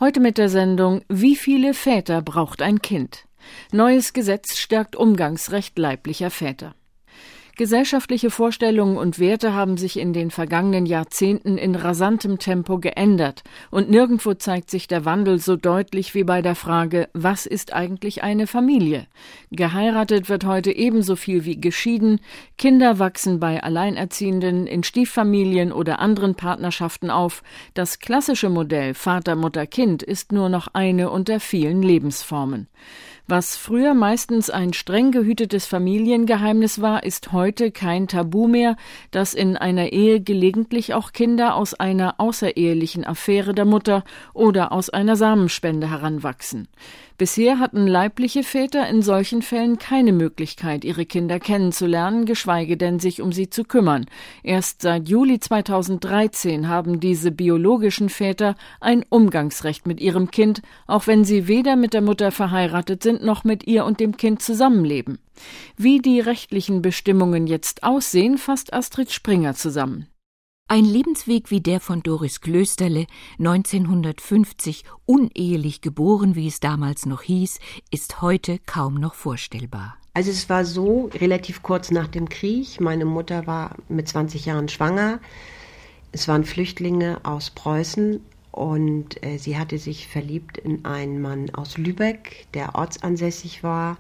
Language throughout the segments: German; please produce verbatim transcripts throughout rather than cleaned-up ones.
Heute mit der Sendung »Wie viele Väter braucht ein Kind?« Neues Gesetz stärkt Umgangsrecht leiblicher Väter. Gesellschaftliche Vorstellungen und Werte haben sich in den vergangenen Jahrzehnten in rasantem Tempo geändert und nirgendwo zeigt sich der Wandel so deutlich wie bei der Frage, was ist eigentlich eine Familie? Geheiratet wird heute ebenso viel wie geschieden, Kinder wachsen bei Alleinerziehenden, in Stieffamilien oder anderen Partnerschaften auf. Das klassische Modell Vater, Mutter, Kind ist nur noch eine unter vielen Lebensformen. Was früher meistens ein streng gehütetes Familiengeheimnis war, ist heute kein Tabu mehr, dass in einer Ehe gelegentlich auch Kinder aus einer außerehelichen Affäre der Mutter oder aus einer Samenspende heranwachsen. Bisher hatten leibliche Väter in solchen Fällen keine Möglichkeit, ihre Kinder kennenzulernen, geschweige denn sich um sie zu kümmern. Erst seit Juli zweitausenddreizehn haben diese biologischen Väter ein Umgangsrecht mit ihrem Kind, auch wenn sie weder mit der Mutter verheiratet sind noch mit ihr und dem Kind zusammenleben. Wie die rechtlichen Bestimmungen jetzt aussehen, fasst Astrid Springer zusammen. Ein Lebensweg wie der von Doris Klösterle, neunzehnhundertfünfzig unehelich geboren, wie es damals noch hieß, ist heute kaum noch vorstellbar. Also es war so, relativ kurz nach dem Krieg, meine Mutter war mit zwanzig Jahren schwanger, es waren Flüchtlinge aus Preußen und äh, sie hatte sich verliebt in einen Mann aus Lübeck, der ortsansässig war.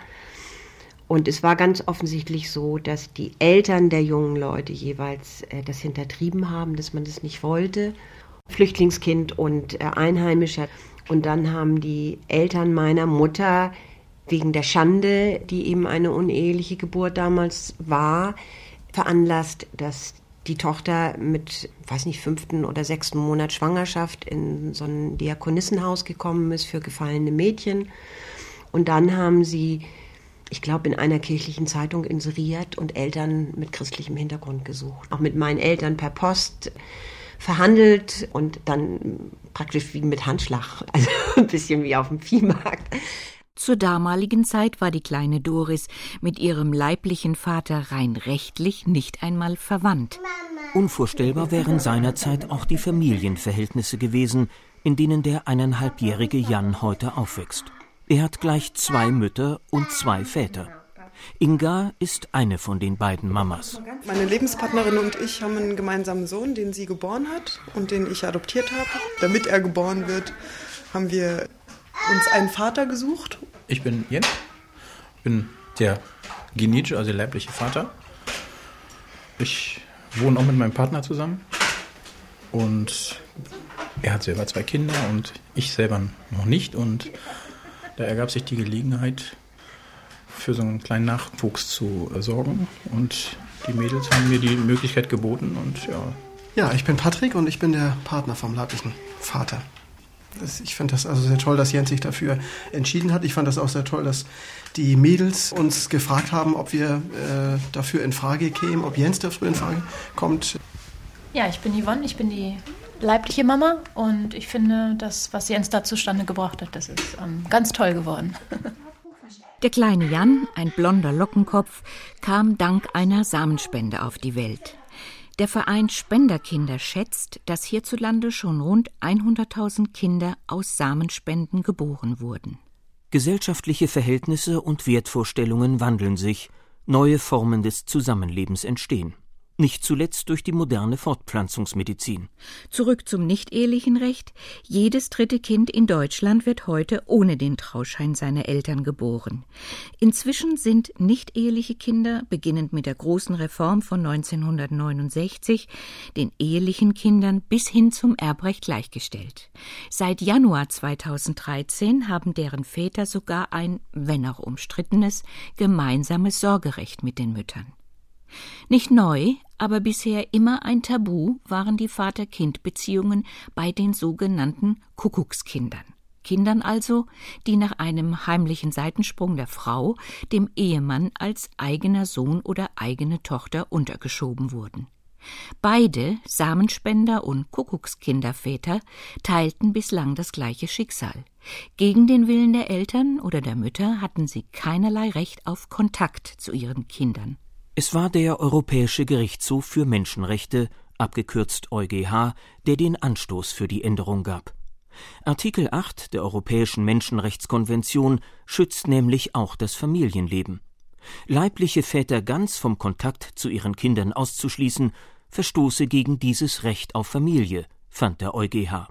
Und es war ganz offensichtlich so, dass die Eltern der jungen Leute jeweils äh, das hintertrieben haben, dass man das nicht wollte. Flüchtlingskind und äh, Einheimischer. Und dann haben die Eltern meiner Mutter wegen der Schande, die eben eine uneheliche Geburt damals war, veranlasst, dass die Tochter mit, weiß nicht, fünften oder sechsten Monat Schwangerschaft in so ein Diakonissenhaus gekommen ist für gefallene Mädchen. Und dann haben sie, ich glaube, in einer kirchlichen Zeitung inseriert und Eltern mit christlichem Hintergrund gesucht. Auch mit meinen Eltern per Post verhandelt und dann praktisch wie mit Handschlag, also ein bisschen wie auf dem Viehmarkt. Zur damaligen Zeit war die kleine Doris mit ihrem leiblichen Vater rein rechtlich nicht einmal verwandt. Unvorstellbar wären seinerzeit auch die Familienverhältnisse gewesen, in denen der eineinhalbjährige Jan heute aufwächst. Er hat gleich zwei Mütter und zwei Väter. Inga ist eine von den beiden Mamas. Meine Lebenspartnerin und ich haben einen gemeinsamen Sohn, den sie geboren hat und den ich adoptiert habe. Damit er geboren wird, haben wir uns einen Vater gesucht. Ich bin Jens, bin der genetische, also der leibliche Vater. Ich wohne auch mit meinem Partner zusammen und er hat selber zwei Kinder und ich selber noch nicht. Und da ergab sich die Gelegenheit, für so einen kleinen Nachwuchs zu sorgen. Und die Mädels haben mir die Möglichkeit geboten. Und ja. Ja, ich bin Patrick und ich bin der Partner vom leiblichen Vater. Das, ich finde das also sehr toll, dass Jens sich dafür entschieden hat. Ich fand das auch sehr toll, dass die Mädels uns gefragt haben, ob wir äh, dafür in Frage kämen, ob Jens dafür in Frage kommt. Ja, ich bin Yvonne, ich bin die leibliche Mama und ich finde, das, was Jens da zustande gebracht hat, das ist ähm, ganz toll geworden. Der kleine Jan, ein blonder Lockenkopf, kam dank einer Samenspende auf die Welt. Der Verein Spenderkinder schätzt, dass hierzulande schon rund hunderttausend Kinder aus Samenspenden geboren wurden. Gesellschaftliche Verhältnisse und Wertvorstellungen wandeln sich, neue Formen des Zusammenlebens entstehen. Nicht zuletzt durch die moderne Fortpflanzungsmedizin. Zurück zum nicht-ehelichen Recht. Jedes dritte Kind in Deutschland wird heute ohne den Trauschein seiner Eltern geboren. Inzwischen sind nicht-eheliche Kinder, beginnend mit der großen Reform von neunzehnhundertneunundsechzig, den ehelichen Kindern bis hin zum Erbrecht gleichgestellt. Seit Januar zweitausenddreizehn haben deren Väter sogar ein, wenn auch umstrittenes, gemeinsames Sorgerecht mit den Müttern. Nicht neu, aber bisher immer ein Tabu waren die Vater-Kind-Beziehungen bei den sogenannten Kuckuckskindern. Kindern also, die nach einem heimlichen Seitensprung der Frau dem Ehemann als eigener Sohn oder eigene Tochter untergeschoben wurden. Beide, Samenspender und Kuckuckskinderväter, teilten bislang das gleiche Schicksal. Gegen den Willen der Eltern oder der Mütter hatten sie keinerlei Recht auf Kontakt zu ihren Kindern. Es war der Europäische Gerichtshof für Menschenrechte, abgekürzt EuGH, der den Anstoß für die Änderung gab. Artikel acht der Europäischen Menschenrechtskonvention schützt nämlich auch das Familienleben. Leibliche Väter ganz vom Kontakt zu ihren Kindern auszuschließen, verstoße gegen dieses Recht auf Familie, fand der EuGH.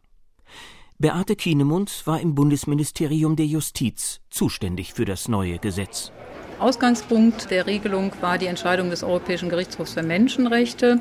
Beate Kienemund war im Bundesministerium der Justiz zuständig für das neue Gesetz. Ausgangspunkt der Regelung war die Entscheidung des Europäischen Gerichtshofs für Menschenrechte,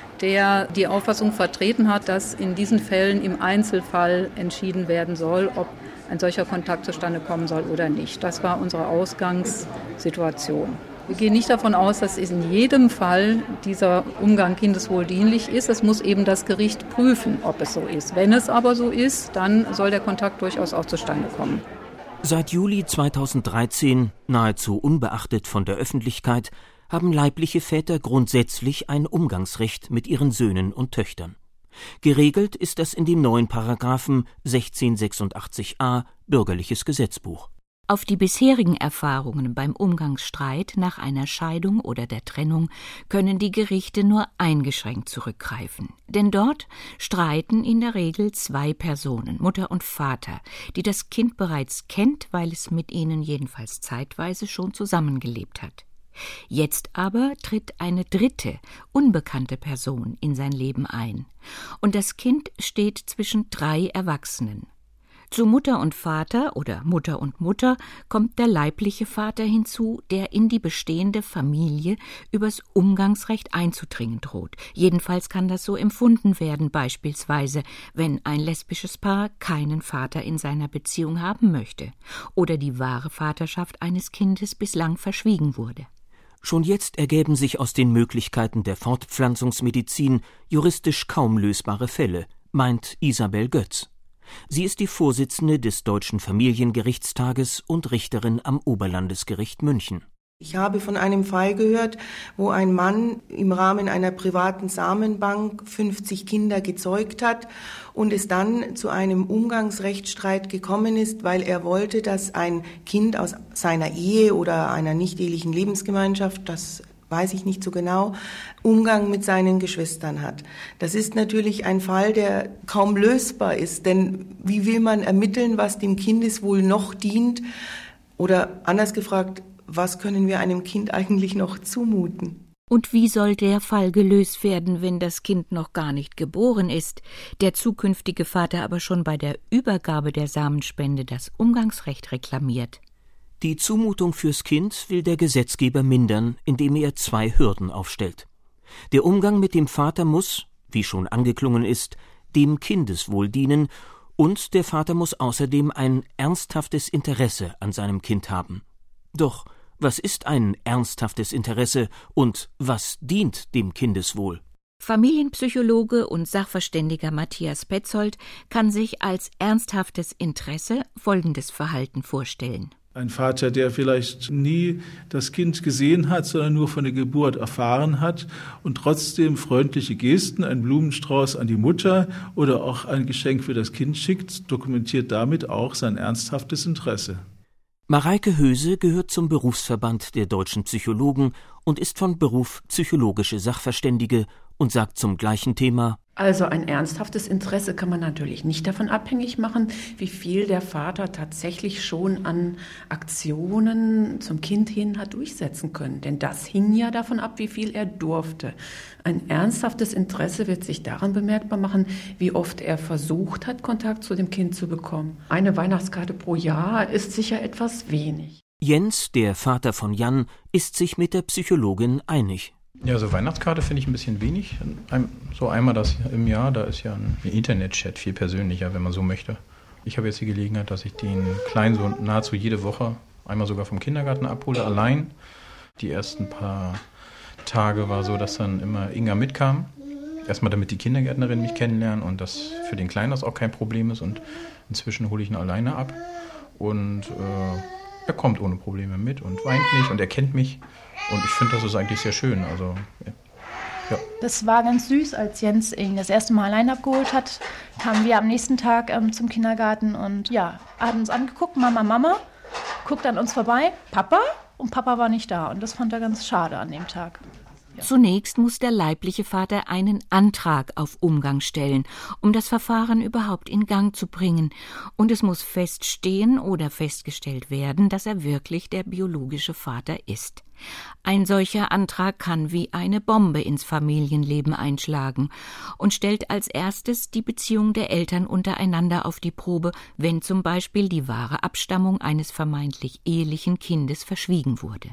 der die Auffassung vertreten hat, dass in diesen Fällen im Einzelfall entschieden werden soll, ob ein solcher Kontakt zustande kommen soll oder nicht. Das war unsere Ausgangssituation. Wir gehen nicht davon aus, dass in jedem Fall dieser Umgang kindeswohldienlich ist. Es muss eben das Gericht prüfen, ob es so ist. Wenn es aber so ist, dann soll der Kontakt durchaus auch zustande kommen. Seit Juli zweitausenddreizehn, nahezu unbeachtet von der Öffentlichkeit, haben leibliche Väter grundsätzlich ein Umgangsrecht mit ihren Söhnen und Töchtern. Geregelt ist das in dem neuen Paragraphen sechzehnhundertsechsundachtzig a Bürgerliches Gesetzbuch. Auf die bisherigen Erfahrungen beim Umgangsstreit nach einer Scheidung oder der Trennung können die Gerichte nur eingeschränkt zurückgreifen. Denn dort streiten in der Regel zwei Personen, Mutter und Vater, die das Kind bereits kennt, weil es mit ihnen jedenfalls zeitweise schon zusammengelebt hat. Jetzt aber tritt eine dritte, unbekannte Person in sein Leben ein. Und das Kind steht zwischen drei Erwachsenen. Zu Mutter und Vater oder Mutter und Mutter kommt der leibliche Vater hinzu, der in die bestehende Familie übers Umgangsrecht einzudringen droht. Jedenfalls kann das so empfunden werden, beispielsweise, wenn ein lesbisches Paar keinen Vater in seiner Beziehung haben möchte oder die wahre Vaterschaft eines Kindes bislang verschwiegen wurde. Schon jetzt ergäben sich aus den Möglichkeiten der Fortpflanzungsmedizin juristisch kaum lösbare Fälle, meint Isabel Götz. Sie ist die Vorsitzende des Deutschen Familiengerichtstages und Richterin am Oberlandesgericht München. Ich habe von einem Fall gehört, wo ein Mann im Rahmen einer privaten Samenbank fünfzig Kinder gezeugt hat und es dann zu einem Umgangsrechtsstreit gekommen ist, weil er wollte, dass ein Kind aus seiner Ehe oder einer nicht-ehelichen Lebensgemeinschaft, das weiß ich nicht so genau, Umgang mit seinen Geschwistern hat. Das ist natürlich ein Fall, der kaum lösbar ist, denn wie will man ermitteln, was dem Kindeswohl noch dient? Oder anders gefragt, was können wir einem Kind eigentlich noch zumuten? Und wie soll der Fall gelöst werden, wenn das Kind noch gar nicht geboren ist, der zukünftige Vater aber schon bei der Übergabe der Samenspende das Umgangsrecht reklamiert? Die Zumutung fürs Kind will der Gesetzgeber mindern, indem er zwei Hürden aufstellt. Der Umgang mit dem Vater muss, wie schon angeklungen ist, dem Kindeswohl dienen, und der Vater muss außerdem ein ernsthaftes Interesse an seinem Kind haben. Doch was ist ein ernsthaftes Interesse und was dient dem Kindeswohl? Familienpsychologe und Sachverständiger Matthias Petzold kann sich als ernsthaftes Interesse folgendes Verhalten vorstellen. Ein Vater, der vielleicht nie das Kind gesehen hat, sondern nur von der Geburt erfahren hat und trotzdem freundliche Gesten, einen Blumenstrauß an die Mutter oder auch ein Geschenk für das Kind schickt, dokumentiert damit auch sein ernsthaftes Interesse. Mareike Höse gehört zum Berufsverband der deutschen Psychologen und ist von Beruf psychologische Sachverständige und sagt zum gleichen Thema: Also ein ernsthaftes Interesse kann man natürlich nicht davon abhängig machen, wie viel der Vater tatsächlich schon an Aktionen zum Kind hin hat durchsetzen können. Denn das hing ja davon ab, wie viel er durfte. Ein ernsthaftes Interesse wird sich daran bemerkbar machen, wie oft er versucht hat, Kontakt zu dem Kind zu bekommen. Eine Weihnachtskarte pro Jahr ist sicher etwas wenig. Jens, der Vater von Jan, ist sich mit der Psychologin einig. Ja, so Weihnachtskarte finde ich ein bisschen wenig. So einmal das im Jahr, da ist ja ein Internetchat viel persönlicher, wenn man so möchte. Ich habe jetzt die Gelegenheit, dass ich den Kleinsohn nahezu jede Woche, einmal sogar vom Kindergarten abhole, allein. Die ersten paar Tage war so, dass dann immer Inga mitkam. Erstmal damit die Kindergärtnerin mich kennenlernen und das für den Kleinen das auch kein Problem ist. Und inzwischen hole ich ihn alleine ab. Und äh, er kommt ohne Probleme mit und weint nicht und er kennt mich. Und ich finde, das ist eigentlich sehr schön. Also, ja. Das war ganz süß, als Jens ihn das erste Mal allein abgeholt hat, kamen wir am nächsten Tag ähm, zum Kindergarten und ja, haben uns angeguckt, Mama, Mama, guckt an uns vorbei, Papa, und Papa war nicht da. Und das fand er ganz schade an dem Tag. Zunächst muss der leibliche Vater einen Antrag auf Umgang stellen, um das Verfahren überhaupt in Gang zu bringen. Und es muss feststehen oder festgestellt werden, dass er wirklich der biologische Vater ist. Ein solcher Antrag kann wie eine Bombe ins Familienleben einschlagen und stellt als erstes die Beziehung der Eltern untereinander auf die Probe, wenn zum Beispiel die wahre Abstammung eines vermeintlich ehelichen Kindes verschwiegen wurde.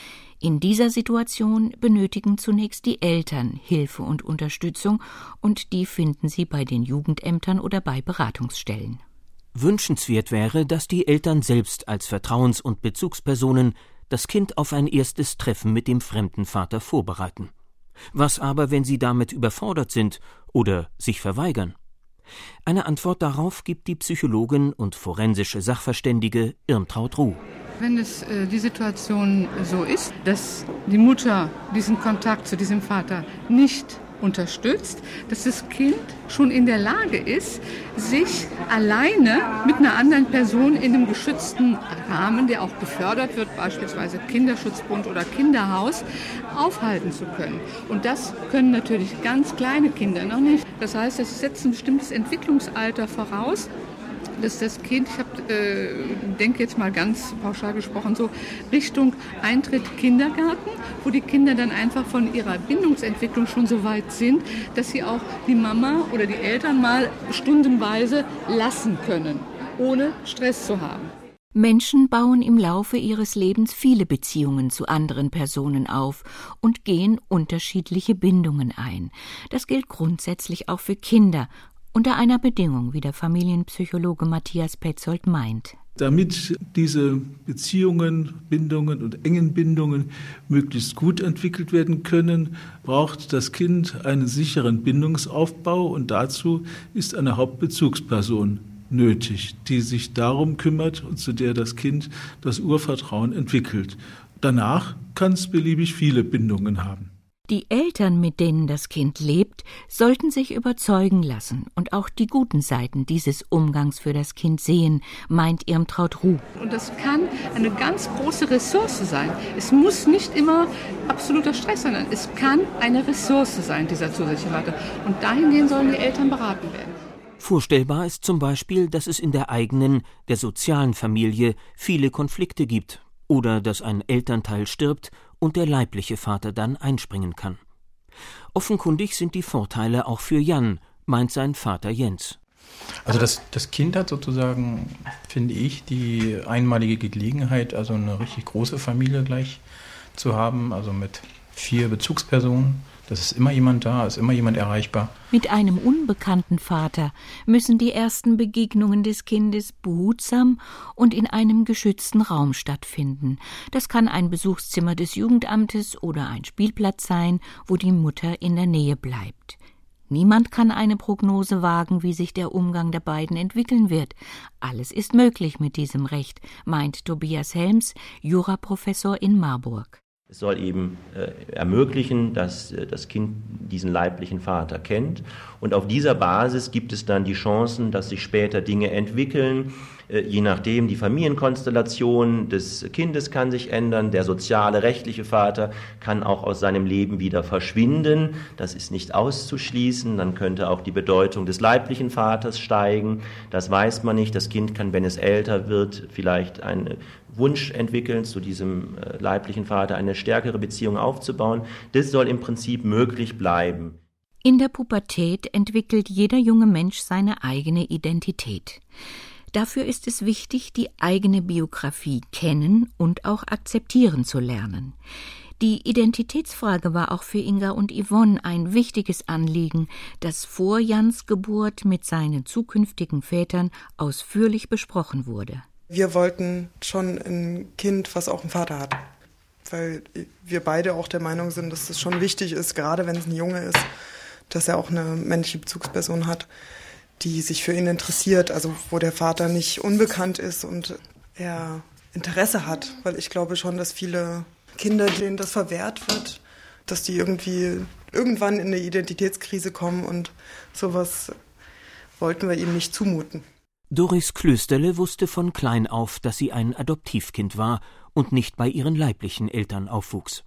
In dieser Situation benötigen zunächst die Eltern Hilfe und Unterstützung, und die finden sie bei den Jugendämtern oder bei Beratungsstellen. Wünschenswert wäre, dass die Eltern selbst als Vertrauens- und Bezugspersonen das Kind auf ein erstes Treffen mit dem fremden Vater vorbereiten. Was aber, wenn sie damit überfordert sind oder sich verweigern? Eine Antwort darauf gibt die Psychologin und forensische Sachverständige Irmtraud Ruh. Wenn es äh, die Situation so ist, dass die Mutter diesen Kontakt zu diesem Vater nicht unterstützt, dass das Kind schon in der Lage ist, sich alleine mit einer anderen Person in einem geschützten Rahmen, der auch gefördert wird, beispielsweise Kinderschutzbund oder Kinderhaus, aufhalten zu können. Und das können natürlich ganz kleine Kinder noch nicht. Das heißt, das setzt ein bestimmtes Entwicklungsalter voraus, dass das Kind, ich hab, äh, denke jetzt mal ganz pauschal gesprochen, so Richtung Eintritt Kindergarten, wo die Kinder dann einfach von ihrer Bindungsentwicklung schon so weit sind, dass sie auch die Mama oder die Eltern mal stundenweise lassen können, ohne Stress zu haben. Menschen bauen im Laufe ihres Lebens viele Beziehungen zu anderen Personen auf und gehen unterschiedliche Bindungen ein. Das gilt grundsätzlich auch für Kinder, unter einer Bedingung, wie der Familienpsychologe Matthias Petzold meint. Damit diese Beziehungen, Bindungen und engen Bindungen möglichst gut entwickelt werden können, braucht das Kind einen sicheren Bindungsaufbau, und dazu ist eine Hauptbezugsperson nötig, die sich darum kümmert und zu der das Kind das Urvertrauen entwickelt. Danach kann es beliebig viele Bindungen haben. Die Eltern, mit denen das Kind lebt, sollten sich überzeugen lassen und auch die guten Seiten dieses Umgangs für das Kind sehen, meint Irmtraud Ruh. Und das kann eine ganz große Ressource sein. Es muss nicht immer absoluter Stress sein, es kann eine Ressource sein, dieser zusätzliche Vater. Und dahingehend sollen die Eltern beraten werden. Vorstellbar ist zum Beispiel, dass es in der eigenen, der sozialen Familie viele Konflikte gibt oder dass ein Elternteil stirbt und der leibliche Vater dann einspringen kann. Offenkundig sind die Vorteile auch für Jan, meint sein Vater Jens. Also das, das Kind hat sozusagen, finde ich, die einmalige Gelegenheit, also eine richtig große Familie gleich zu haben, also mit vier Bezugspersonen. Das ist immer jemand da, ist immer jemand erreichbar. Mit einem unbekannten Vater müssen die ersten Begegnungen des Kindes behutsam und in einem geschützten Raum stattfinden. Das kann ein Besuchszimmer des Jugendamtes oder ein Spielplatz sein, wo die Mutter in der Nähe bleibt. Niemand kann eine Prognose wagen, wie sich der Umgang der beiden entwickeln wird. Alles ist möglich mit diesem Recht, meint Tobias Helms, Juraprofessor in Marburg. Es soll eben äh, ermöglichen, dass äh, das Kind diesen leiblichen Vater kennt. Und auf dieser Basis gibt es dann die Chancen, dass sich später Dinge entwickeln. Äh, je nachdem, die Familienkonstellation des Kindes kann sich ändern. Der soziale, rechtliche Vater kann auch aus seinem Leben wieder verschwinden. Das ist nicht auszuschließen. Dann könnte auch die Bedeutung des leiblichen Vaters steigen. Das weiß man nicht. Das Kind kann, wenn es älter wird, vielleicht eine Wunsch entwickeln, zu diesem äh, leiblichen Vater eine stärkere Beziehung aufzubauen. Das soll im Prinzip möglich bleiben. In der Pubertät entwickelt jeder junge Mensch seine eigene Identität. Dafür ist es wichtig, die eigene Biografie kennen und auch akzeptieren zu lernen. Die Identitätsfrage war auch für Inga und Yvonne ein wichtiges Anliegen, das vor Jans Geburt mit seinen zukünftigen Vätern ausführlich besprochen wurde. Wir wollten schon ein Kind, was auch einen Vater hat, weil wir beide auch der Meinung sind, dass es schon wichtig ist, gerade wenn es ein Junge ist, dass er auch eine männliche Bezugsperson hat, die sich für ihn interessiert, also wo der Vater nicht unbekannt ist und er Interesse hat, weil ich glaube schon, dass viele Kinder, denen das verwehrt wird, dass die irgendwie irgendwann in eine Identitätskrise kommen, und sowas wollten wir ihm nicht zumuten. Doris Klösterle wusste von klein auf, dass sie ein Adoptivkind war und nicht bei ihren leiblichen Eltern aufwuchs.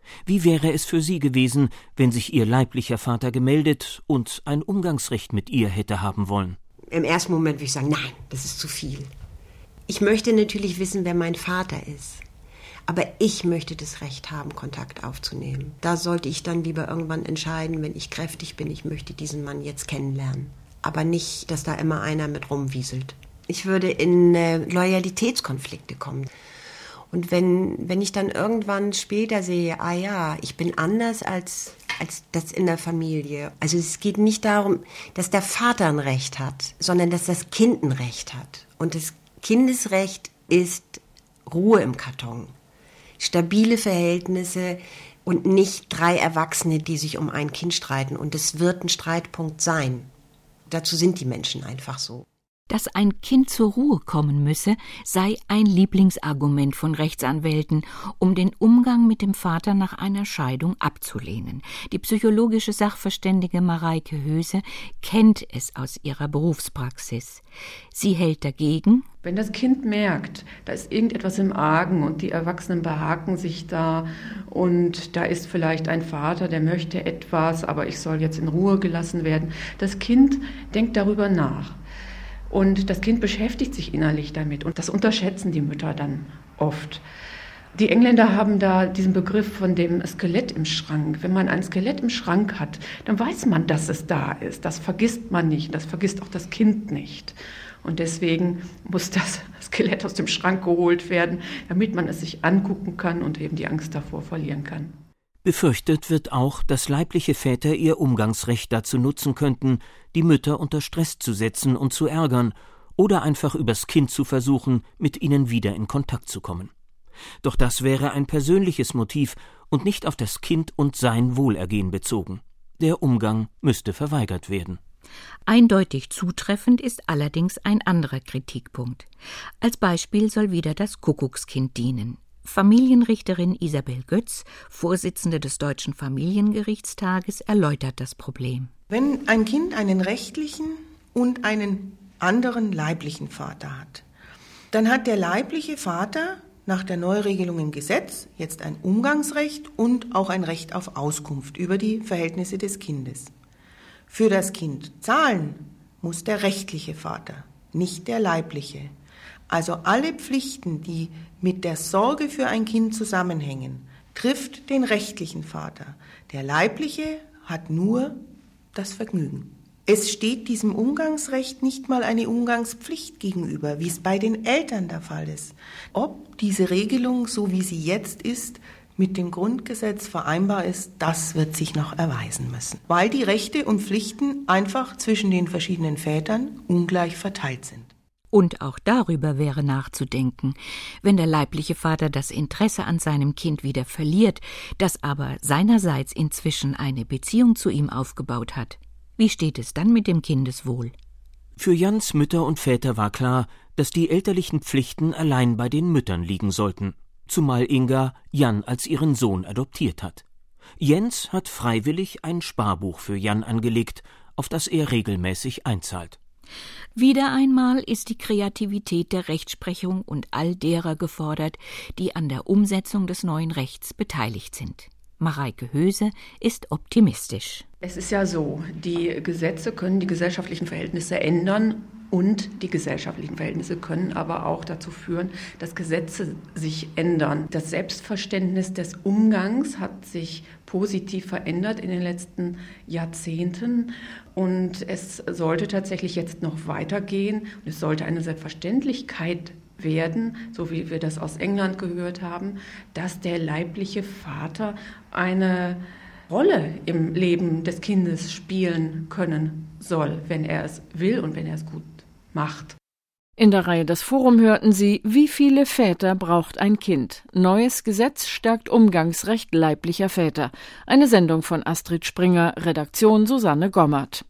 Wie wäre es für sie gewesen, wenn sich ihr leiblicher Vater gemeldet und ein Umgangsrecht mit ihr hätte haben wollen? Im ersten Moment würde ich sagen, nein, das ist zu viel. Ich möchte natürlich wissen, wer mein Vater ist. Aber ich möchte das Recht haben, Kontakt aufzunehmen. Da sollte ich dann lieber irgendwann entscheiden, wenn ich kräftig bin, ich möchte diesen Mann jetzt kennenlernen. Aber nicht, dass da immer einer mit rumwieselt. Ich würde in äh, Loyalitätskonflikte kommen. Und wenn, wenn ich dann irgendwann später sehe, ah ja, ich bin anders als, als das in der Familie. Also es geht nicht darum, dass der Vater ein Recht hat, sondern dass das Kind ein Recht hat. Und das Kindesrecht ist Ruhe im Karton, stabile Verhältnisse und nicht drei Erwachsene, die sich um ein Kind streiten. Und es wird ein Streitpunkt sein. Dazu sind die Menschen einfach so. Dass ein Kind zur Ruhe kommen müsse, sei ein Lieblingsargument von Rechtsanwälten, um den Umgang mit dem Vater nach einer Scheidung abzulehnen. Die psychologische Sachverständige Mareike Höse kennt es aus ihrer Berufspraxis. Sie hält dagegen: Wenn das Kind merkt, da ist irgendetwas im Argen und die Erwachsenen behaken sich da und da ist vielleicht ein Vater, der möchte etwas, aber ich soll jetzt in Ruhe gelassen werden. Das Kind denkt darüber nach. Und das Kind beschäftigt sich innerlich damit. Und das unterschätzen die Mütter dann oft. Die Engländer haben da diesen Begriff von dem Skelett im Schrank. Wenn man ein Skelett im Schrank hat, dann weiß man, dass es da ist. Das vergisst man nicht. Das vergisst auch das Kind nicht. Und deswegen muss das Skelett aus dem Schrank geholt werden, damit man es sich angucken kann und eben die Angst davor verlieren kann. Befürchtet wird auch, dass leibliche Väter ihr Umgangsrecht dazu nutzen könnten, die Mütter unter Stress zu setzen und zu ärgern oder einfach übers Kind zu versuchen, mit ihnen wieder in Kontakt zu kommen. Doch das wäre ein persönliches Motiv und nicht auf das Kind und sein Wohlergehen bezogen. Der Umgang müsste verweigert werden. Eindeutig zutreffend ist allerdings ein anderer Kritikpunkt. Als Beispiel soll wieder das Kuckuckskind dienen. Familienrichterin Isabel Götz, Vorsitzende des Deutschen Familiengerichtstages, erläutert das Problem. Wenn ein Kind einen rechtlichen und einen anderen leiblichen Vater hat, dann hat der leibliche Vater nach der Neuregelung im Gesetz jetzt ein Umgangsrecht und auch ein Recht auf Auskunft über die Verhältnisse des Kindes. Für das Kind zahlen muss der rechtliche Vater, nicht der leibliche. Also alle Pflichten, die mit der Sorge für ein Kind zusammenhängen, trifft den rechtlichen Vater. Der leibliche hat nur das Vergnügen. Es steht diesem Umgangsrecht nicht mal eine Umgangspflicht gegenüber, wie es bei den Eltern der Fall ist. Ob diese Regelung, so wie sie jetzt ist, mit dem Grundgesetz vereinbar ist, das wird sich noch erweisen müssen, weil die Rechte und Pflichten einfach zwischen den verschiedenen Vätern ungleich verteilt sind. Und auch darüber wäre nachzudenken, wenn der leibliche Vater das Interesse an seinem Kind wieder verliert, das aber seinerseits inzwischen eine Beziehung zu ihm aufgebaut hat. Wie steht es dann mit dem Kindeswohl? Für Jans Mütter und Väter war klar, dass die elterlichen Pflichten allein bei den Müttern liegen sollten, zumal Inga Jan als ihren Sohn adoptiert hat. Jens hat freiwillig ein Sparbuch für Jan angelegt, auf das er regelmäßig einzahlt. Wieder einmal ist die Kreativität der Rechtsprechung und all derer gefordert, die an der Umsetzung des neuen Rechts beteiligt sind. Mareike Höse ist optimistisch. Es ist ja so, die Gesetze können die gesellschaftlichen Verhältnisse ändern und die gesellschaftlichen Verhältnisse können aber auch dazu führen, dass Gesetze sich ändern. Das Selbstverständnis des Umgangs hat sich positiv verändert in den letzten Jahrzehnten und es sollte tatsächlich jetzt noch weitergehen und es sollte eine Selbstverständlichkeit werden, so wie wir das aus England gehört haben, dass der leibliche Vater eine Rolle im Leben des Kindes spielen können soll, wenn er es will und wenn er es gut macht. In der Reihe Das Forum hörten Sie, wie viele Väter braucht ein Kind? Neues Gesetz stärkt Umgangsrecht leiblicher Väter. Eine Sendung von Astrid Springer, Redaktion Susanne Gommert.